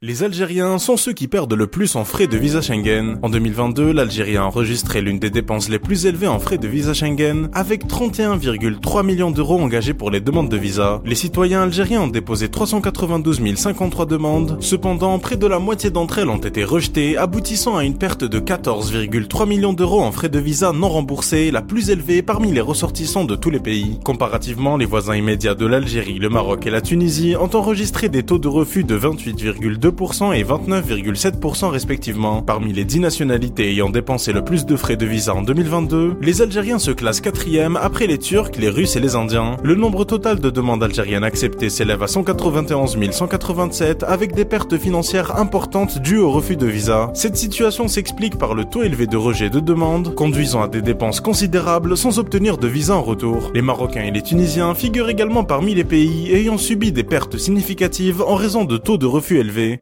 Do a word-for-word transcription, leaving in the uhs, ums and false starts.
Les Algériens sont ceux qui perdent le plus en frais de visa Schengen. En deux mille vingt-deux, l'Algérie a enregistré l'une des dépenses les plus élevées en frais de visa Schengen, avec trente et un virgule trois millions d'euros engagés pour les demandes de visa. Les citoyens algériens ont déposé trois cent quatre-vingt-douze mille cinquante-trois demandes. Cependant, près de la moitié d'entre elles ont été rejetées, aboutissant à une perte de quatorze virgule trois millions d'euros en frais de visa non remboursés, la plus élevée parmi les ressortissants de tous les pays. Comparativement, les voisins immédiats de l'Algérie, le Maroc et la Tunisie ont enregistré des taux de refus de vingt-huit virgule deux pour cent et vingt-neuf virgule sept pour cent respectivement. Parmi les dix nationalités ayant dépensé le plus de frais de visa en deux mille vingt-deux, les Algériens se classent quatrième après les Turcs, les Russes et les Indiens. Le nombre total de demandes algériennes acceptées s'élève à cent quatre-vingt-onze mille cent quatre-vingt-sept avec des pertes financières importantes dues au refus de visa. Cette situation s'explique par le taux élevé de rejet de demandes, conduisant à des dépenses considérables sans obtenir de visa en retour. Les Marocains et les Tunisiens figurent également parmi les pays ayant subi des pertes significatives en raison de taux de refus élevés.